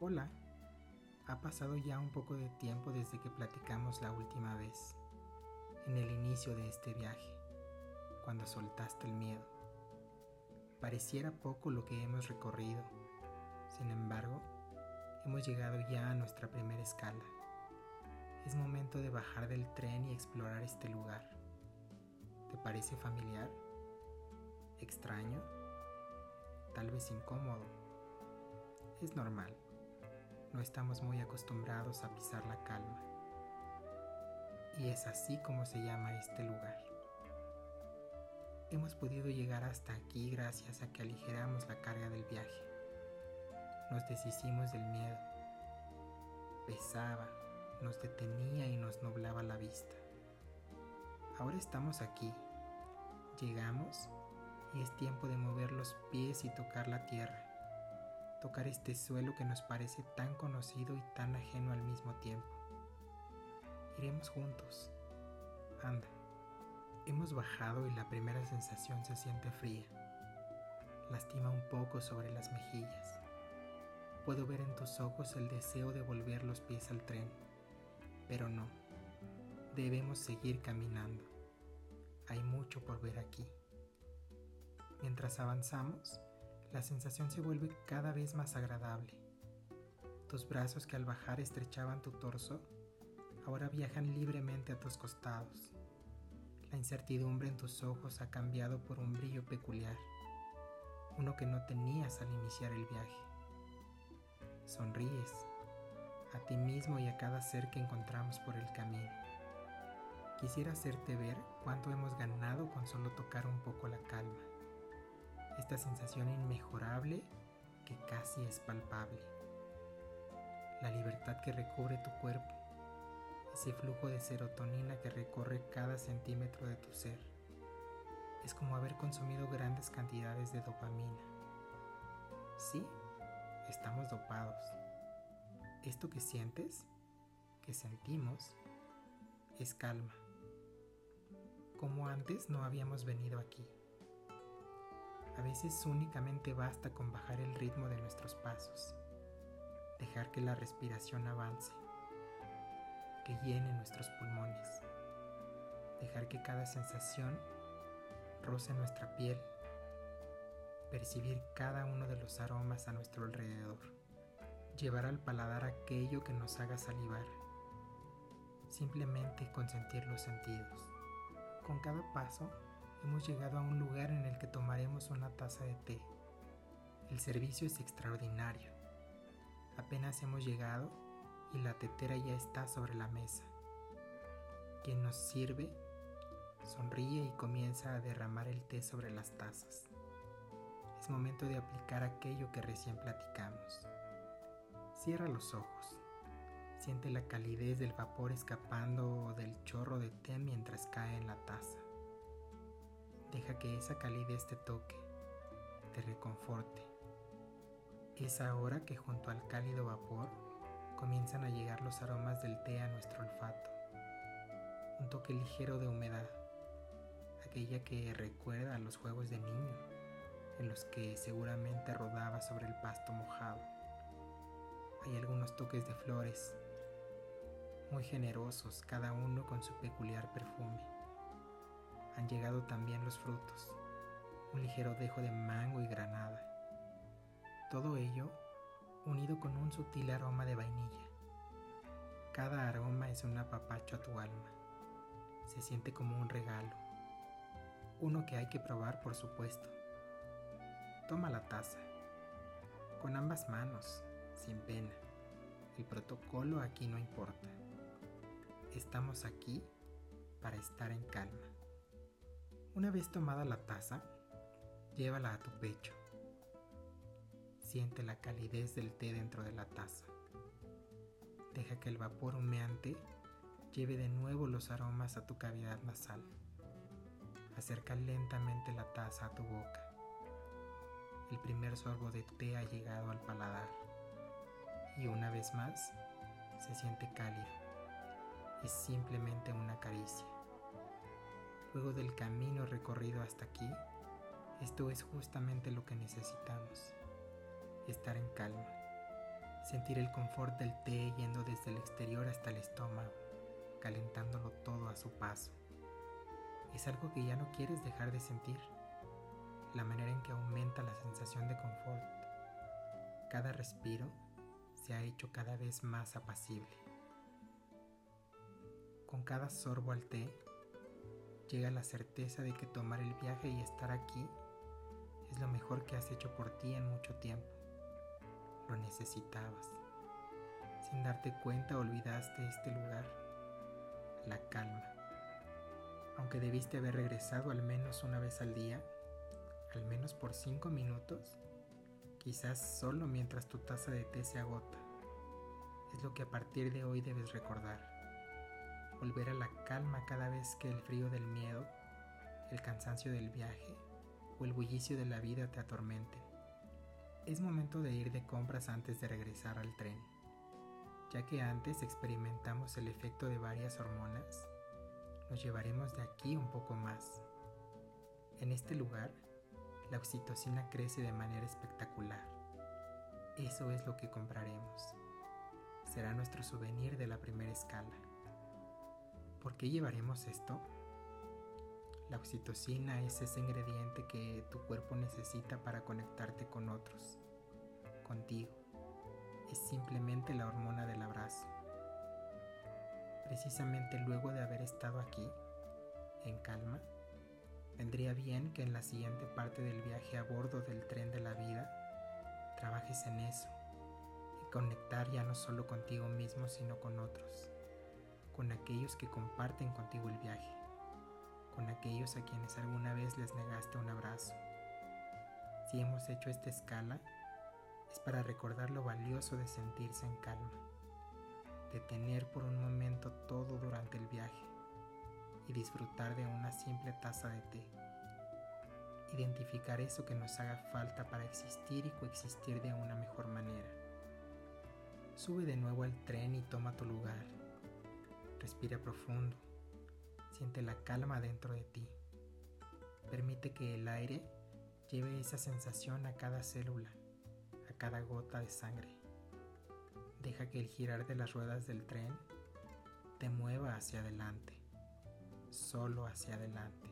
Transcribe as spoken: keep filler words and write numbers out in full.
Hola, ha pasado ya un poco de tiempo desde que platicamos la última vez, en el inicio de este viaje, cuando soltaste el miedo. Pareciera poco lo que hemos recorrido, sin embargo, hemos llegado ya a nuestra primera escala. Es momento de bajar del tren y explorar este lugar. ¿Te parece familiar? ¿Extraño? Tal vez incómodo. Es normal. No estamos muy acostumbrados a pisar la calma. Y es así como se llama este lugar. Hemos podido llegar hasta aquí gracias a que aligeramos la carga del viaje. Nos deshicimos del miedo. Pesaba, nos detenía y nos nublaba la vista. Ahora estamos aquí. Llegamos y es tiempo de mover los pies y tocar la tierra. Tocar este suelo que nos parece tan conocido y tan ajeno al mismo tiempo. Iremos juntos. Anda. Hemos bajado y la primera sensación se siente fría. Lastima un poco sobre las mejillas. Puedo ver en tus ojos el deseo de volver los pies al tren. Pero no. Debemos seguir caminando. Hay mucho por ver aquí. Mientras avanzamos, la sensación se vuelve cada vez más agradable. Tus brazos que al bajar estrechaban tu torso, ahora viajan libremente a tus costados. La incertidumbre en tus ojos ha cambiado por un brillo peculiar, uno que no tenías al iniciar el viaje. Sonríes, a ti mismo y a cada ser que encontramos por el camino. Quisiera hacerte ver cuánto hemos ganado con solo tocar un poco la calma. Esta sensación inmejorable que casi es palpable. La libertad que recubre tu cuerpo. Ese flujo de serotonina que recorre cada centímetro de tu ser. Es como haber consumido grandes cantidades de dopamina. Sí, estamos dopados. Esto que sientes, que sentimos, es calma. Como antes no habíamos venido aquí. A veces únicamente basta con bajar el ritmo de nuestros pasos, dejar que la respiración avance, que llene nuestros pulmones, dejar que cada sensación roce nuestra piel, percibir cada uno de los aromas a nuestro alrededor, llevar al paladar aquello que nos haga salivar, simplemente consentir los sentidos. Con cada paso, hemos llegado a un lugar en el que tomaremos una taza de té. El servicio es extraordinario. Apenas hemos llegado y la tetera ya está sobre la mesa. Quien nos sirve sonríe y comienza a derramar el té sobre las tazas. Es momento de aplicar aquello que recién platicamos. Cierra los ojos. Siente la calidez del vapor escapando del chorro de té mientras cae en la taza. Deja que esa calidez te toque, te reconforte. Es ahora que junto al cálido vapor comienzan a llegar los aromas del té a nuestro olfato. Un toque ligero de humedad, aquella que recuerda a los juegos de niño, en los que seguramente rodaba sobre el pasto mojado. Hay algunos toques de flores, muy generosos, cada uno con su peculiar perfume. Han llegado también los frutos, un ligero dejo de mango y granada. Todo ello unido con un sutil aroma de vainilla. Cada aroma es un apapacho a tu alma. Se siente como un regalo. Uno que hay que probar, por supuesto. Toma la taza. Con ambas manos, sin pena. El protocolo aquí no importa. Estamos aquí para estar en calma. Una vez tomada la taza, llévala a tu pecho. Siente la calidez del té dentro de la taza. Deja que el vapor humeante lleve de nuevo los aromas a tu cavidad nasal. Acerca lentamente la taza a tu boca. El primer sorbo de té ha llegado al paladar. Y una vez más, se siente cálido. Es simplemente una caricia. Luego del camino recorrido hasta aquí, esto es justamente lo que necesitamos. Estar en calma, sentir el confort del té yendo desde el exterior hasta el estómago, calentándolo todo a su paso. Es algo que ya no quieres dejar de sentir, la manera en que aumenta la sensación de confort. Cada respiro se ha hecho cada vez más apacible. Con cada sorbo al té, llega la certeza de que tomar el viaje y estar aquí es lo mejor que has hecho por ti en mucho tiempo. Lo necesitabas. Sin darte cuenta olvidaste este lugar, la calma. Aunque debiste haber regresado al menos una vez al día, al menos por cinco minutos, quizás solo mientras tu taza de té se agota. Es lo que a partir de hoy debes recordar. Volver a la calma cada vez que el frío del miedo, el cansancio del viaje o el bullicio de la vida te atormenten. Es momento de ir de compras antes de regresar al tren, ya que antes experimentamos el efecto de varias hormonas. Nos llevaremos de aquí un poco más. En este lugar, la oxitocina crece de manera espectacular. Eso es lo que compraremos. Será nuestro souvenir de la primera escala. ¿Por qué llevaremos esto? La oxitocina es ese ingrediente que tu cuerpo necesita para conectarte con otros, contigo. Es simplemente la hormona del abrazo. Precisamente luego de haber estado aquí, en calma, vendría bien que en la siguiente parte del viaje a bordo del tren de la vida, trabajes en eso, en conectar ya no solo contigo mismo, sino con otros, con aquellos que comparten contigo el viaje, con aquellos a quienes alguna vez les negaste un abrazo. Si hemos hecho esta escala, es para recordar lo valioso de sentirse en calma, de tener por un momento todo durante el viaje y disfrutar de una simple taza de té. Identificar eso que nos haga falta para existir y coexistir de una mejor manera. Sube de nuevo al tren y toma tu lugar. Respira profundo. Siente la calma dentro de ti. Permite que el aire lleve esa sensación a cada célula, a cada gota de sangre. Deja que el girar de las ruedas del tren te mueva hacia adelante, solo hacia adelante.